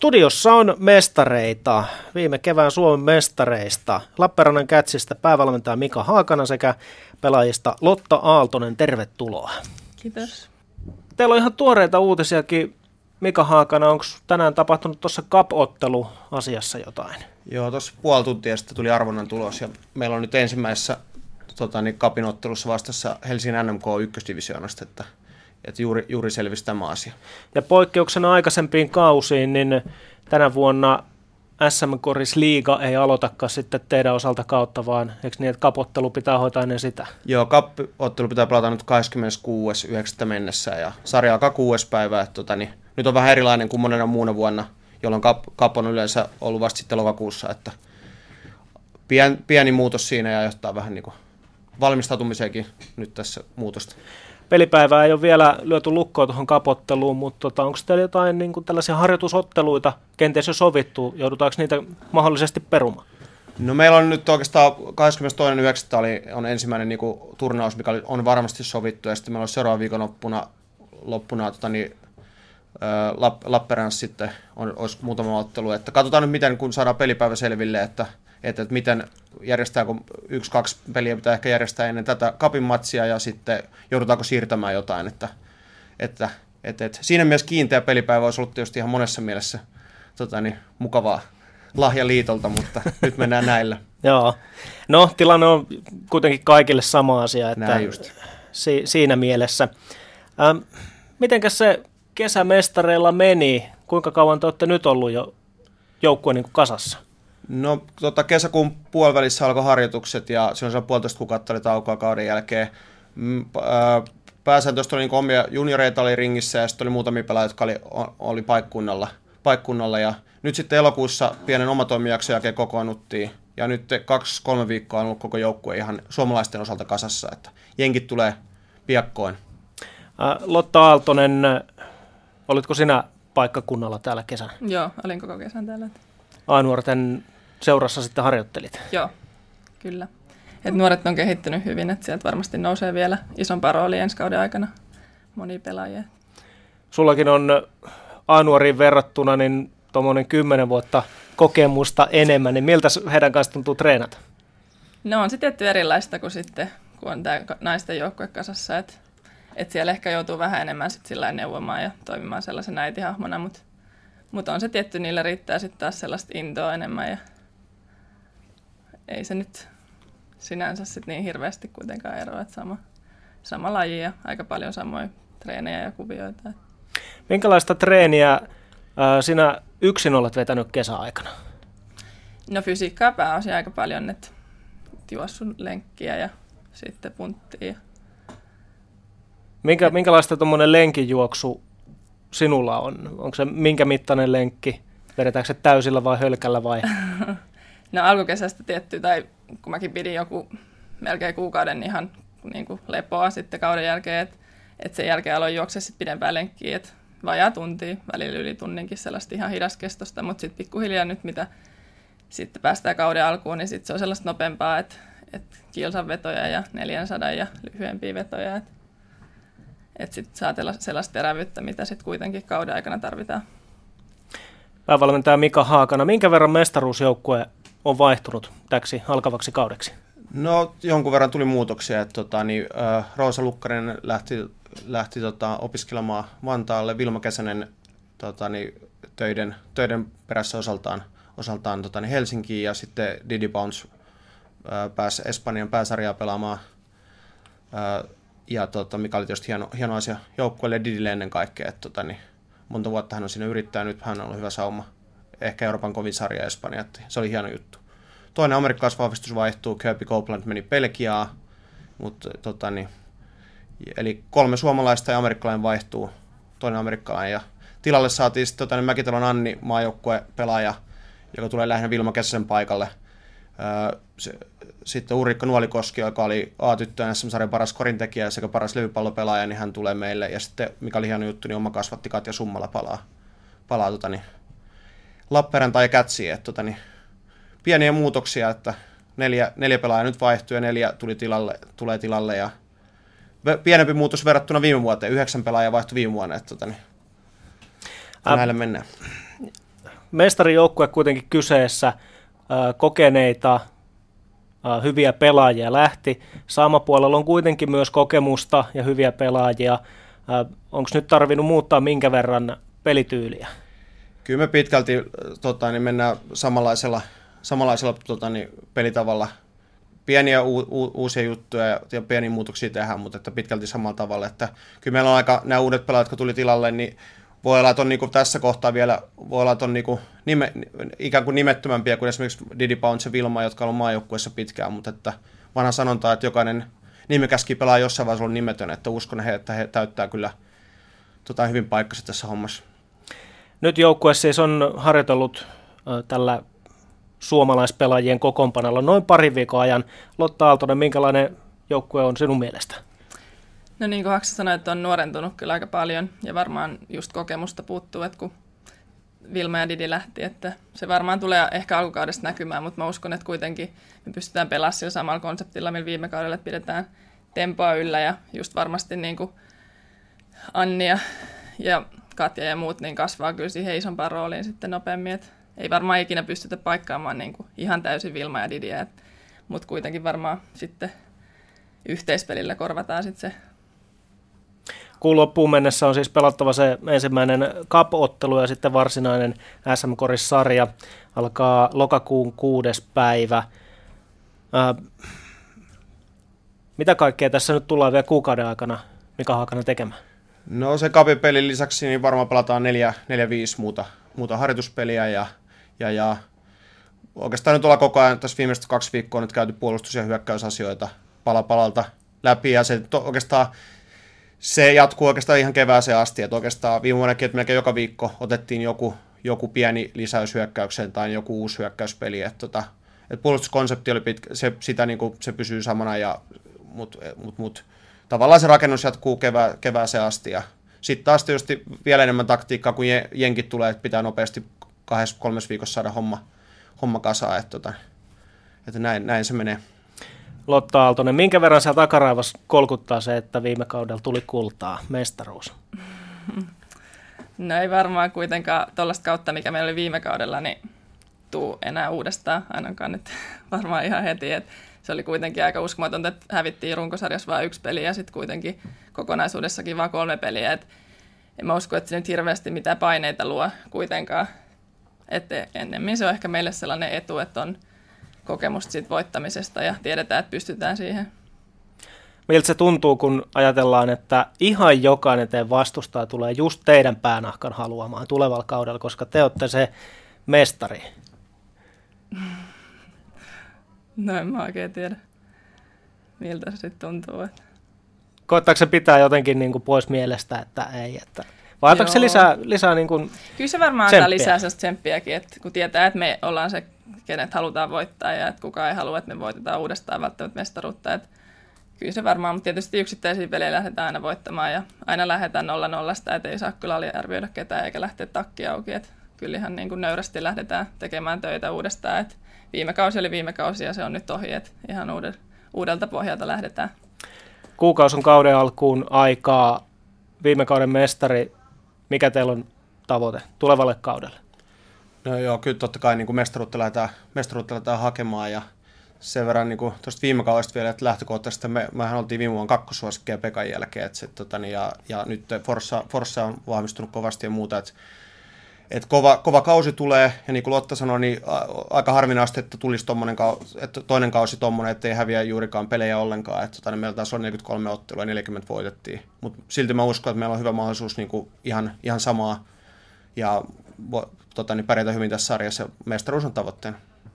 Studiossa on mestareita, viime kevään Suomen mestareista, Lappeenrannan Kätsistä päävalmentaja Mika Haakana sekä pelaajista Lotta Aaltonen. Tervetuloa. Kiitos. Teillä on ihan tuoreita uutisiakin. Mika Haakana, onko tänään tapahtunut tuossa Cup-ottelu-asiassa jotain? Joo, tuossa puoli tuntia sitten tuli arvonnan tulos ja meillä on nyt ensimmäisessä Cupin ottelussa vastassa Helsingin NMK ykkösdivisioonasta, että juuri selvisi tämä asia. Ja poikkeuksena aikaisempiin kausiin, niin tänä vuonna SM Korisliiga ei aloitakaan sitten teidän osalta kautta, vaan eikö niin, että Cup-ottelu pitää hoitaa ennen sitä? Joo, Cup-ottelu pitää pelata nyt 26.9. mennessä ja sarja alkaa 6. päivää. Nyt on vähän erilainen kuin monena muuna vuonna, jolloin Cup on yleensä ollut vasta sitten lokakuussa, että pieni muutos siinä ja johtaa vähän niin kuin valmistautumiseenkin nyt tässä muutosta. Pelipäivää ei ole vielä lyöty lukkoon tuohon Cup-otteluun, mutta onko teillä jotain niin kuin tällaisia harjoitusotteluita kenties jo sovittu? Joudutaanko niitä mahdollisesti perumaan? No meillä on nyt oikeastaan 22.9. on ensimmäinen niin kuin turnaus, mikä on varmasti sovittu, ja sitten meillä on seuraavan viikonloppuna Lappeenrannassa sitten olisi muutama ottelu. Että katsotaan nyt miten, kun saadaan pelipäivä selville, että miten järjestää, kun 1-2 peliä pitää ehkä järjestää ennen tätä Cupin matsia ja sitten joudutaanko siirtämään jotain. Että siinä mielessä kiinteä pelipäivä olisi ollut tietysti ihan monessa mielessä mukavaa lahja liitolta, mutta nyt mennään näillä. Joo, no tilanne on kuitenkin kaikille sama asia, että siinä mielessä. Mitenkäs se kesämestareilla meni? Kuinka kauan te olette nyt ollut jo joukkueen niin kuin kasassa? No kesäkuun puolivälissä alkoi harjoitukset ja se on 1,5 kuukautta oli taukoa kauden jälkeen. Pääsääntöistä oli niin omia junioreita oli ringissä ja sitten oli muutamia pelaajia, jotka oli paikkunnalla ja nyt sitten elokuussa pienen omatoimijakson jälkeen kokoonnuttiin ja nyt 2-3 viikkoa on ollut koko joukkue ihan suomalaisten osalta kasassa, että jenkit tulee piakkoin. Lotta Aaltonen, olitko sinä paikkakunnalla täällä kesän? Joo, olin koko kesän täällä. A-nuorten seurassa sitten harjoittelit? Joo, kyllä. Et nuoret on kehittynyt hyvin, että sieltä varmasti nousee vielä isompaa roolia ensi kauden aikana monia pelaajia. Sullakin on A-nuoriin verrattuna niin tuommoinen 10 vuotta kokemusta enemmän, niin miltä heidän kanssa tuntuu treenata? No on se tietty erilaista kuin sitten, kun on tämä naisten joukkue kasassa, että siellä ehkä joutuu vähän enemmän sitten sillä neuvomaan ja toimimaan sellaisen äitihahmona, mutta on se tietty, niillä riittää sitten taas sellaista intoa enemmän ja ei se nyt sinänsä sitten niin hirveästi kuitenkaan eroa, että sama laji ja aika paljon samoja treenejä ja kuvioita. Minkälaista treeniä sinä yksin olet vetänyt kesäaikana? No fysiikkaa pääosin aika paljon, että juossun lenkkiä ja sitten punttia. Minkälaista tuommoinen lenkijuoksu sinulla on? Onko se minkä mittainen lenkki? Vedetäänkö se täysillä vai hölkällä vai? No alkukesästä tietty, tai kun mäkin pidin joku melkein kuukauden ihan niin kuin lepoa sitten kauden jälkeen, että sen jälkeen aloin juoksea sitten pidempää lenkkiä, että vajaa tuntia, välillä yli tunninkin sellaista ihan hidaskestosta, mutta sitten pikkuhiljaa nyt mitä sitten päästään kauden alkuun, niin sitten se on sellaista nopeampaa, että kilsan vetoja ja 400 ja lyhyempiä vetoja, että sitten saa sellaista terävyyttä, mitä sitten kuitenkin kauden aikana tarvitaan. Päävalmentaja Mika Haakana, minkä verran mestaruusjoukkue on vaihtunut täksi alkavaksi kaudeksi? No jonkun verran tuli muutoksia, että Roosa Lukkarinen lähti opiskelemaan Vantaalle, Vilma Kesänen töiden perässä osaltaan Helsinkiin ja sitten Didi Bounce pääsi Espanjan pääsarjaa pelaamaan. Mikä oli tietysti hieno asia joukkueelle ja Didille ennen kaikkea, että monta vuotta hän on siinä yrittänyt, hän on ollut hyvä sauma. Ehkä Euroopan kovin sarja Espanja, että se oli hieno juttu. Toinen amerikkalaisvahvistus vaihtuu, Kirby Copeland meni Belgiaan, mutta eli 3 suomalaista ja amerikkalainen vaihtuu, toinen amerikkalainen. Ja tilalle saatiin sitten Mäkitalon Anni, maajoukkuepelaaja, joka tulee lähinnä Vilma Kesäsen paikalle. Sitten Ulrikka Nuolikoski, joka oli A-tyttöjen SM-sarjan paras korintekijä sekä paras levypallopelaaja, niin hän tulee meille. Ja sitten, mikä oli hieno juttu, niin oma kasvatti Katja Summala palaa Lappeenrantaan ja Kätsiin. Pieniä muutoksia, että 4 pelaajaa nyt vaihtui ja 4 tulee tilalle. Ja pienempi muutos verrattuna viime vuoteen. 9 pelaajaa vaihtui viime vuonna. Näillä mennään. Mestarijoukkue kuitenkin kyseessä, kokeneita, hyviä pelaajia lähti. Saamapuolella on kuitenkin myös kokemusta ja hyviä pelaajia. Onko nyt tarvinnut muuttaa minkä verran pelityyliä? Kyllä me pitkälti mennään samanlaisella pelitavalla. Pieniä uusia juttuja ja pieniä muutoksia tehdään, mutta että pitkälti samalla tavalla. Että kyllä meillä on nämä uudet pelaajat, jotka tuli tilalle, niin voi olla, että on niinku tässä kohtaa vielä, voi olla, että on niinku ikään kuin nimettömämpiä kuin esimerkiksi Didi Pounce ja Vilma, jotka on ollut maajoukkueessa pitkään, mutta että vanha sanonta, että jokainen nimekäski pelaa jossain vaiheessa on nimetön, että uskon, että he täyttää kyllä hyvin paikkansa tässä hommassa. Nyt joukkue siis on harjoitellut tällä suomalaispelaajien kokoonpanolla noin parin viikon ajan. Lotta Aaltonen, minkälainen joukkue on sinun mielestä? No niin kuin Haksa sanoi, että on nuorentunut kyllä aika paljon ja varmaan just kokemusta puuttuu, että kun Vilma ja Didi lähti, että se varmaan tulee ehkä alkukaudesta näkymään, mutta mä uskon, että kuitenkin me pystytään pelaamaan sillä samalla konseptilla, millä viime kaudella, että pidetään tempoa yllä ja just varmasti niin kuin Anni ja Katja ja muut niin kasvaa kyllä siihen isompaan rooliin sitten nopeammin, että ei varmaan ikinä pystytä paikkaamaan niin kuin ihan täysin Vilma ja Didiä, mutta kuitenkin varmaan sitten yhteispelillä korvataan sitten se. Kuun loppuun mennessä on siis pelattava se ensimmäinen Cup-ottelu ja sitten varsinainen SM-korissarja alkaa lokakuun 6. päivä. Mitä kaikkea tässä nyt tullaan vielä kuukauden aikana Mika Haakanen tekemään? No se Cup-pelin lisäksi niin varmaan pelataan 4-5 muuta harjoituspeliä ja oikeastaan nyt ollaan koko ajan tässä viimeiset 2 viikkoa nyt käyty puolustus- ja hyökkäysasioita pala palalta läpi ja se oikeastaan se jatkuu oikeastaan ihan kevääseen asti, että oikeastaan viime vuonnakin, että melkein joka viikko otettiin joku pieni lisäys hyökkäykseen tai joku uusi hyökkäyspeli, että puolustuskonsepti oli se pysyy samana, mutta tavallaan se rakennus jatkuu kevääseen asti ja sitten taas tietysti vielä enemmän taktiikkaa, kun jenkit tulee, että pitää nopeasti 2-3 viikossa saada homma kasaan, että näin se menee. Lotta Aaltonen, minkä verran siellä takaraivassa kolkuttaa se, että viime kaudella tuli kultaa, mestaruus? No ei varmaan kuitenkaan tuollaista kautta, mikä meillä oli viime kaudella, niin tuu enää uudestaan, ainakaan nyt varmaan ihan heti. Et se oli kuitenkin aika uskomatonta, että hävittiin runkosarjassa vain 1 peli ja sitten kuitenkin kokonaisuudessakin vain 3 peliä. Et en mä usko, että se nyt hirveästi mitään paineita luo kuitenkaan. Että ennemmin se on ehkä meille sellainen etu, että on kokemusta siitä voittamisesta ja tiedetään, että pystytään siihen. Miltä se tuntuu, kun ajatellaan, että ihan jokainen teidän vastustaja tulee just teidän päänahkan haluamaan tulevalla kaudella, koska te olette se mestari? No en mä oikein tiedä, miltä se sitten tuntuu. Koettaako se pitää jotenkin niin kuin pois mielestä, että ei, että vai antaako se lisää niin kuin kyllä se varmaan tsemppiä? Antaa lisää sellaista tsemppiäkin, että kun tietää, että me ollaan se, kenet halutaan voittaa ja että kukaan ei halua, että me voitetaan uudestaan välttämättä mestaruutta. Että kyllä se varmaan, mutta tietysti yksittäisiä pelejä lähdetään aina voittamaan ja aina lähdetään 0-0, että ei saa kyllä aliarvioida ketään eikä lähteä takki auki. Että kyllä ihan niin kuin nöyrästi lähdetään tekemään töitä uudestaan. Että viime kausi oli viime kausi ja se on nyt ohi, että ihan uudelta pohjalta lähdetään. Kuukausi on kauden alkuun aikaa. Viime kauden mestari, mikä teillä on tavoite tulevalle kaudelle? No joo, kyllä totta kai niin kuin mestaruutta lähdetään hakemaan ja sen verran niin tuosta viime kaudesta vielä, että lähtökohtaisesti mehän oltiin viime vuonna kakkossuosikkeja Pekan jälkeen, ja nyt Forssa on vahvistunut kovasti ja muuta, että kova kausi tulee, ja niin kuin Lotta sanoi, niin aika harvinaista, että tulisi toinen kausi tommonen, ettei häviä juurikaan pelejä ollenkaan, että meillä taas on 43 ottelua ja 40 voitettiin, mutta silti mä uskon, että meillä on hyvä mahdollisuus niin kuin ihan samaa, ja pärjätä hyvin tässä sarjassa, mestaruus on tavoitteena.